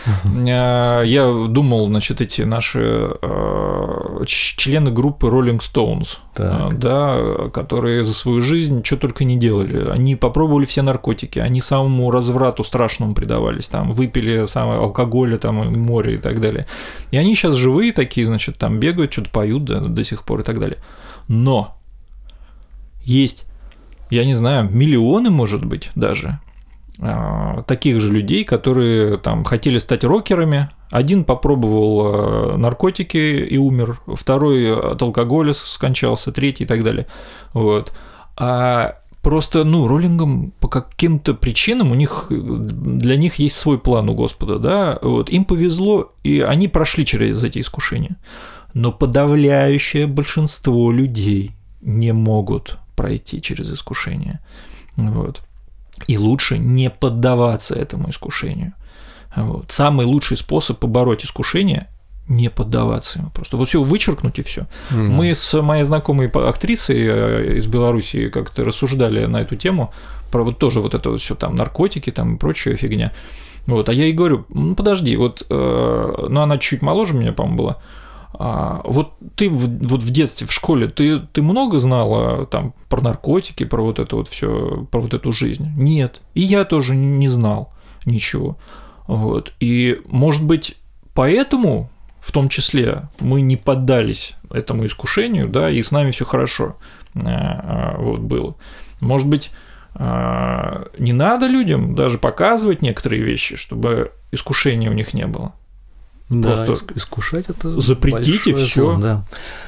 Speaker 2: я думал, значит, эти наши э, члены группы Rolling Stones, э, да, которые за свою жизнь что только не делали. Они попробовали все наркотики, они самому разврату страшному предавались, там, выпили самое алкоголя, там, море и так далее. И они сейчас живые такие, значит, там бегают, что-то поют да, до сих пор и так далее. Но есть, я не знаю, миллионы, может быть, даже таких же людей, которые там хотели стать рокерами. Один попробовал наркотики и умер, второй от алкоголя скончался, третий и так далее. Вот. А просто, ну, роллингам по каким-то причинам у них, для них есть свой план у Господа, да, вот, им повезло, и они прошли через эти искушения. Но подавляющее большинство людей не могут пройти через искушение. Вот. И лучше не поддаваться этому искушению. Вот. Самый лучший способ побороть искушение – не поддаваться ему. Просто вот все вычеркнуть и все. Mm-hmm. Мы с моей знакомой актрисой из Беларуси как-то рассуждали на эту тему, про вот тоже вот это вот все там наркотики там и прочая фигня. Вот. А я ей говорю, ну подожди, вот, э, ну она чуть моложе меня, по-моему, была. А, вот ты в, вот в детстве, в школе, ты, ты много знала там про наркотики, про вот это вот все, про вот эту жизнь? Нет. И я тоже не знал ничего. Вот. И, может быть, поэтому, в том числе, мы не поддались этому искушению, да, и с нами все хорошо вот было. Может быть, не надо людям даже показывать некоторые вещи, чтобы искушения у них не было.
Speaker 1: Да, просто искушать это
Speaker 2: запретите все.
Speaker 1: Да.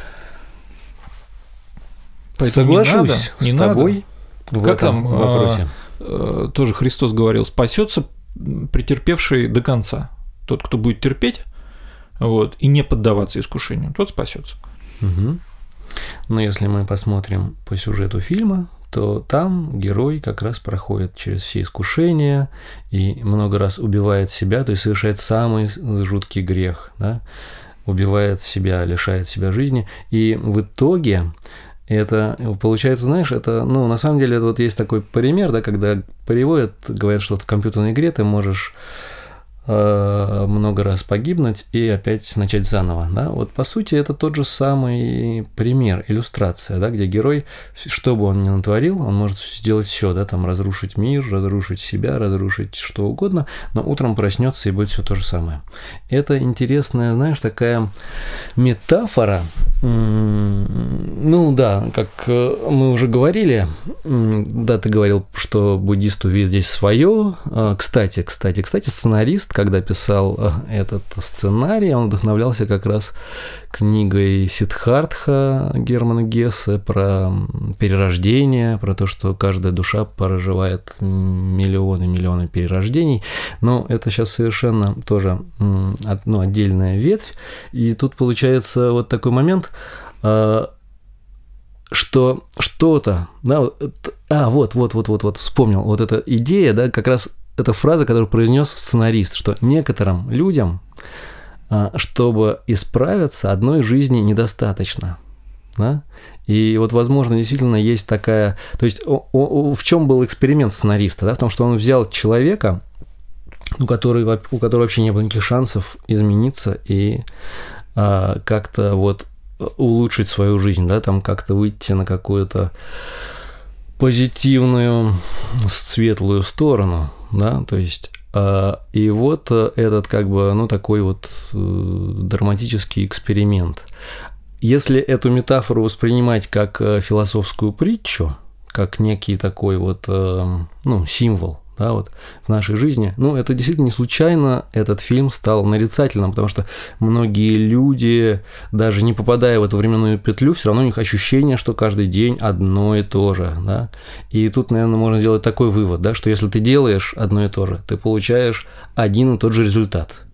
Speaker 2: Соглашусь
Speaker 1: не надо, с тобой
Speaker 2: не надо. В как этом там вопросе. А, тоже Христос говорил: спасется претерпевший до конца. Тот, кто будет терпеть, вот, и не поддаваться искушению, тот спасется.
Speaker 1: Угу. Но если мы посмотрим по сюжету фильма, то там герой как раз проходит через все искушения и много раз убивает себя, то есть совершает самый жуткий грех, да? Убивает себя, лишает себя жизни, и в итоге это получается, знаешь, это, ну, на самом деле, это вот есть такой пример, да, когда переводят, говорят, что в компьютерной игре ты можешь много раз погибнуть и опять начать заново, да, вот по сути это тот же самый пример, иллюстрация, да, где герой, что бы он ни натворил, он может сделать все, да, там разрушить мир, разрушить себя, разрушить что угодно, но утром проснется и будет все то же самое. Это интересная, знаешь, такая метафора, ну да, как мы уже говорили, да, ты говорил, что буддисту видит здесь свое, кстати, кстати, кстати, сценарист, когда писал этот сценарий, он вдохновлялся как раз книгой Сиддхартха Германа Гессе про перерождение, про то, что каждая душа проживает миллионы миллионы перерождений, но это сейчас совершенно тоже, ну, отдельная ветвь, и тут получается вот такой момент, что что-то, да, а, вот, вот, вот, вот, вот, вспомнил, вот эта идея, да, как раз эта фраза, которую произнес сценарист, что некоторым людям, чтобы исправиться, одной жизни недостаточно. Да? И вот, возможно, действительно есть такая... То есть о, о, в чем был эксперимент сценариста? Да? В том, что он взял человека, у которого, у которого вообще не было никаких шансов измениться и а, как-то вот улучшить свою жизнь, да? Там как-то выйти на какую-то позитивную, светлую сторону, да, то есть, э, и вот этот, как бы, ну, такой вот э, драматический эксперимент. Если эту метафору воспринимать как э, философскую притчу, как некий такой вот, э, ну, символ, да, вот в нашей жизни, ну, это действительно не случайно этот фильм стал нарицательным, потому что многие люди, даже не попадая в эту временную петлю, все равно у них ощущение, что каждый день одно и то же, да, и тут, наверное, можно сделать такой вывод, да, что если ты делаешь одно и то же, ты получаешь один и тот же результат,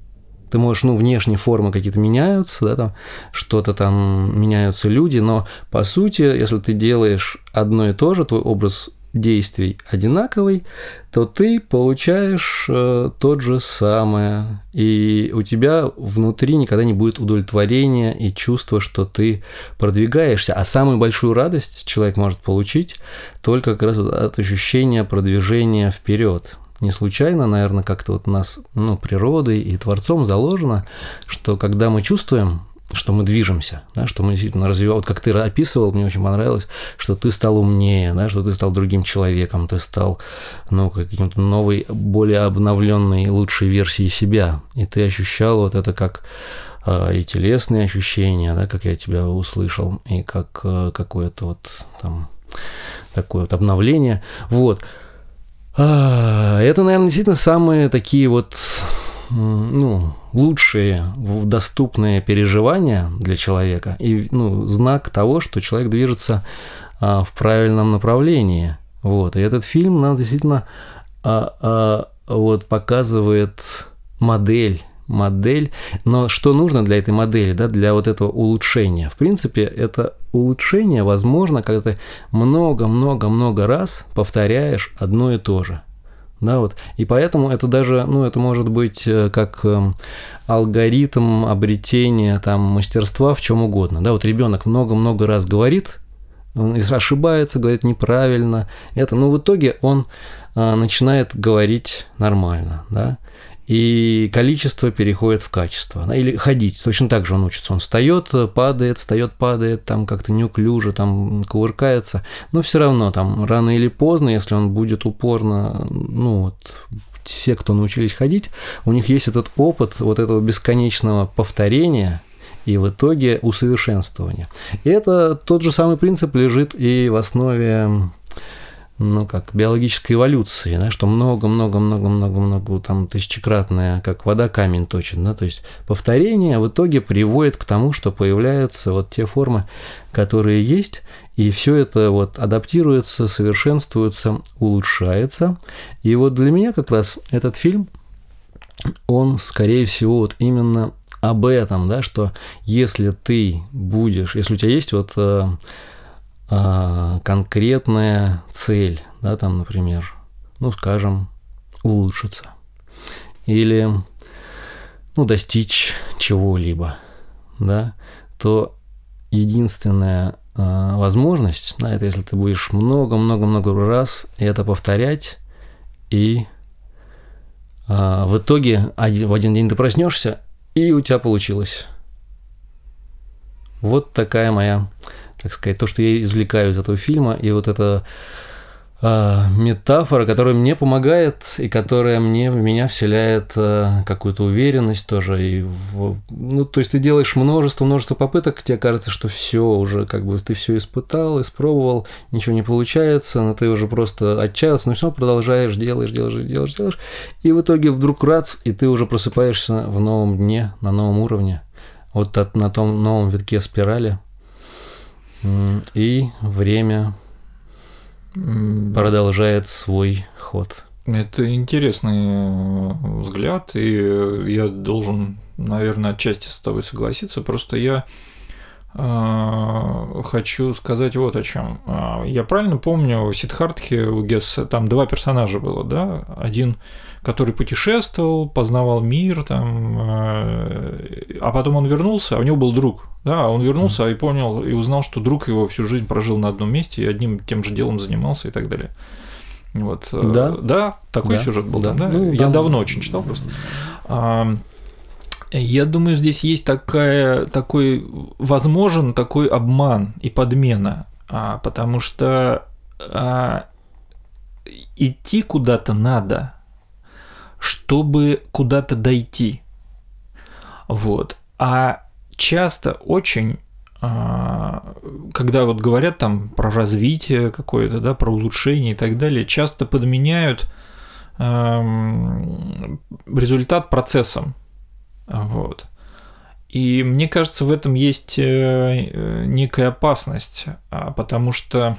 Speaker 1: Ты можешь, ну, внешние формы какие-то меняются, да, там что-то там меняются люди, но по сути, если ты делаешь одно и то же, твой образ действий одинаковый, то ты получаешь э, тот же самое, и у тебя внутри никогда не будет удовлетворения и чувства, что ты продвигаешься, а самую большую радость человек может получить только как раз от ощущения продвижения вперед. Не случайно, наверное, как-то вот у нас, ну, природой и Творцом заложено, что когда мы чувствуем, что мы движемся, да, что мы действительно развиваем, вот как ты описывал, мне очень понравилось, что ты стал умнее, да, что ты стал другим человеком, ты стал, ну, каким-то новой, более обновленной, лучшей версией себя, и ты ощущал вот это как э, и телесные ощущения, да, как я тебя услышал, и как э, какое-то вот там такое вот обновление, вот. А, это, наверное, действительно самые такие вот, ну, лучшие доступные переживания для человека и, ну, знак того, что человек движется а, в правильном направлении. Вот. И этот фильм нам действительно а, а, вот, показывает модель, модель, но что нужно для этой модели, да, для вот этого улучшения? В принципе, это улучшение возможно, когда ты много-много-много раз повторяешь одно и то же. Да, вот. И поэтому это даже, ну, это может быть как алгоритм обретения там мастерства в чем угодно. Да, вот ребенок много-много раз говорит, он ошибается, говорит неправильно. Это, но в итоге он а, начинает говорить нормально, да. И количество переходит в качество. Да, или ходить, точно так же он учится. Он встает, падает, встает, падает, там как-то неуклюже, там кувыркается. Но все равно там рано или поздно, если он будет упорно, ну вот, все, кто научились ходить, у них есть этот опыт вот этого бесконечного повторения и в итоге усовершенствования. И это тот же самый принцип лежит и в основе, ну, как биологической эволюции, да, что много-много-много-много-много, там, тысячекратное, как вода камень точит, да, то есть повторение в итоге приводит к тому, что появляются вот те формы, которые есть, и все это вот адаптируется, совершенствуется, улучшается. И вот для меня как раз этот фильм, он, скорее всего, вот именно об этом, да, что если ты будешь, если у тебя есть вот конкретная цель, да, там, например, ну, скажем, улучшиться или, ну, достичь чего-либо, да, то единственная а, возможность, да, это если ты будешь много-много-много раз это повторять, и а, в итоге один, в один день ты проснешься, и у тебя получилось. Вот такая моя, так сказать, то, что я извлекаю из этого фильма, и вот эта э, метафора, которая мне помогает, и которая мне, в меня вселяет э, какую-то уверенность тоже. И в, ну, то есть ты делаешь множество-множество попыток, тебе кажется, что все уже, как бы ты все испытал, испробовал, ничего не получается, но ты уже просто отчаялся, но все равно продолжаешь, делаешь, делаешь, делаешь, делаешь, и в итоге вдруг рац, и ты уже просыпаешься в новом дне, на новом уровне, вот от, на том новом витке спирали. И время продолжает свой ход.
Speaker 2: Это интересный взгляд, и я должен, наверное, отчасти с тобой согласиться. Просто я э, хочу сказать вот о чем. Я правильно помню, в Сиддхартхе у Гесса там два персонажа было, да? Один, который путешествовал, познавал мир, там, э, а потом он вернулся, а у него был друг. Да, он вернулся и понял, и узнал, что друг его всю жизнь прожил на одном месте и одним тем же делом занимался и так далее. Вот.
Speaker 1: Да,
Speaker 2: да такой да. сюжет был. Да. Там, да? Ну, я да. давно очень читал просто. А, я думаю, здесь есть такая, такой, возможен такой обман и подмена, а, потому что а, идти куда-то надо, чтобы куда-то дойти. Вот. А часто очень, когда вот говорят там про развитие какое-то, да, про улучшение и так далее, часто подменяют результат процессом. Вот. И мне кажется, в этом есть некая опасность, потому что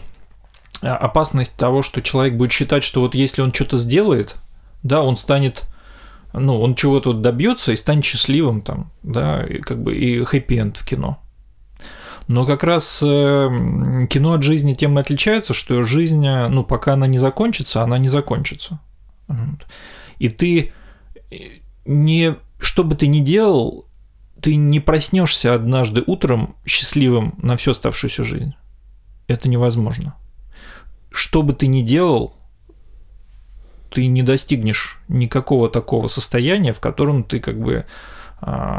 Speaker 2: опасность того, что человек будет считать, что вот если он что-то сделает, да, он станет ну, он чего-то добьется и станет счастливым там, да, и как бы и хэппи-энд в кино. Но как раз э, кино от жизни тем и отличается, что жизнь, ну, пока она не закончится, она не закончится. И ты не, что бы ты ни делал, ты не проснешься однажды утром счастливым на всю оставшуюся жизнь. Это невозможно. Что бы ты ни делал, ты не достигнешь никакого такого состояния, в котором ты как бы э,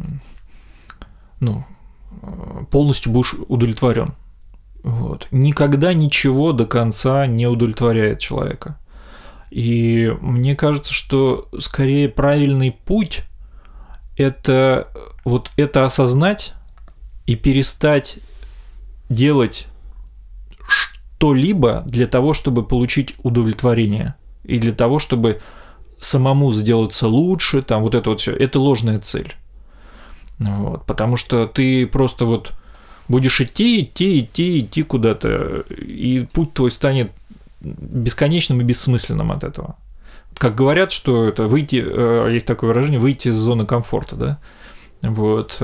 Speaker 2: ну, полностью будешь удовлетворен. Вот. Никогда ничего до конца не удовлетворяет человека. И мне кажется, что скорее правильный путь – это вот это осознать и перестать делать что-либо для того, чтобы получить удовлетворение. И для того, чтобы самому сделаться лучше, там вот это вот все, это ложная цель. Вот, потому что ты просто вот будешь идти, идти, идти, идти куда-то, и путь твой станет бесконечным и бессмысленным от этого. Как говорят, что это выйти, есть такое выражение, выйти из зоны комфорта, да? Вот.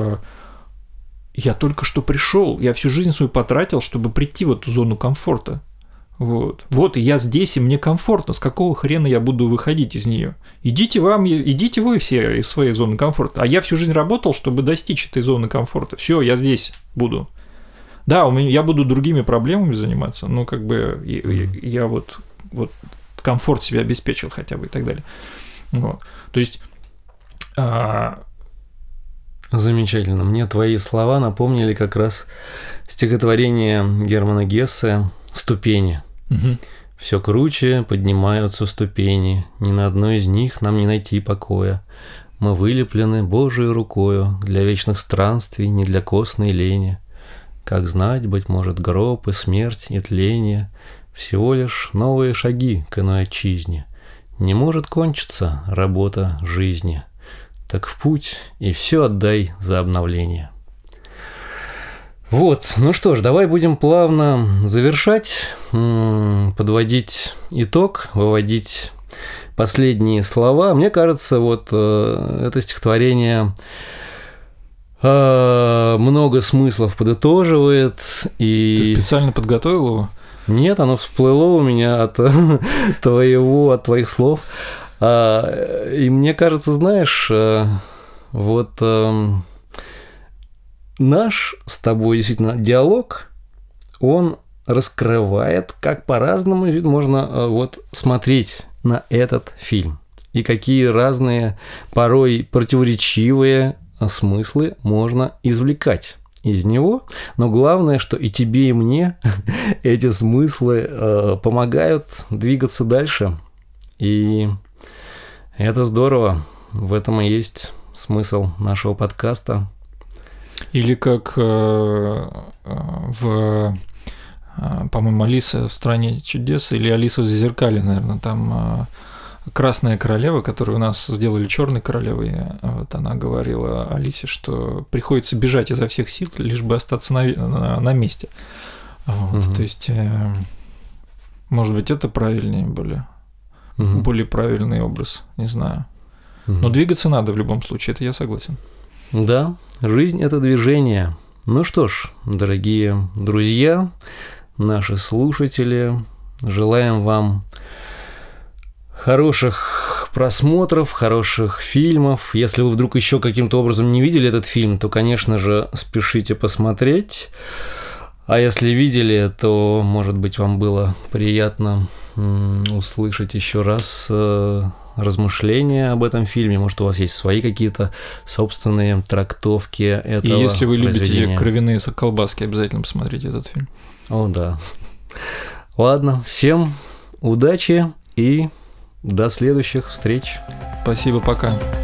Speaker 2: Я только что пришел, я всю жизнь свою потратил, чтобы прийти в эту зону комфорта. Вот. Вот, и я здесь, и мне комфортно. С какого хрена я буду выходить из нее? Идите вам, идите вы все из своей зоны комфорта. А я всю жизнь работал, чтобы достичь этой зоны комфорта. Все, я здесь буду. Да, у меня, я буду другими проблемами заниматься, но как бы я, я, я вот, вот комфорт себе обеспечил хотя бы и так далее. Вот. То есть... А...
Speaker 1: Замечательно. Мне твои слова напомнили как раз стихотворение Германа Гессе «Ступени».
Speaker 2: Угу.
Speaker 1: Все круче поднимаются ступени, ни на одной из них нам не найти покоя. Мы вылеплены Божией рукою для вечных странствий, не для костной лени. Как знать, быть может, гроб и смерть и тление всего лишь новые шаги к иной отчизне. Не может кончиться работа жизни. Так в путь и все отдай за обновление. Вот, ну что ж, давай будем плавно завершать, подводить итог, выводить последние слова. Мне кажется, вот э, это стихотворение э, много смыслов подытоживает. И...
Speaker 2: Ты специально подготовил его?
Speaker 1: Нет, оно всплыло у меня от твоего, от твоих слов. И мне кажется, знаешь, вот... Наш с тобой действительно диалог, он раскрывает, как по-разному можно вот смотреть на этот фильм. И какие разные, порой противоречивые смыслы можно извлекать из него. Но главное, что и тебе, и мне эти смыслы э, помогают двигаться дальше. И это здорово. В этом и есть смысл нашего подкаста.
Speaker 2: Или как э, в, э, по-моему, «Алиса в стране чудес» или «Алиса в Зазеркалье», наверное, там э, красная королева, которую у нас сделали черной королевой, вот она говорила Алисе, что приходится бежать изо всех сил, лишь бы остаться на, на, на месте. Вот, угу. То есть, э, может быть, это правильнее, более, угу. более правильный образ, не знаю. Угу. Но двигаться надо в любом случае, это я согласен.
Speaker 1: Да, жизнь – это движение. Ну что ж, дорогие друзья, наши слушатели, желаем вам хороших просмотров, хороших фильмов. Если вы вдруг еще каким-то образом не видели этот фильм, то, конечно же, спешите посмотреть. А если видели, то, может быть, вам было приятно услышать еще раз размышления об этом фильме. Может, у вас есть свои какие-то собственные трактовки этого.
Speaker 2: И если вы любите кровяные колбаски, обязательно посмотрите этот фильм.
Speaker 1: О, да. Ладно, всем удачи и до следующих встреч.
Speaker 2: Спасибо, пока.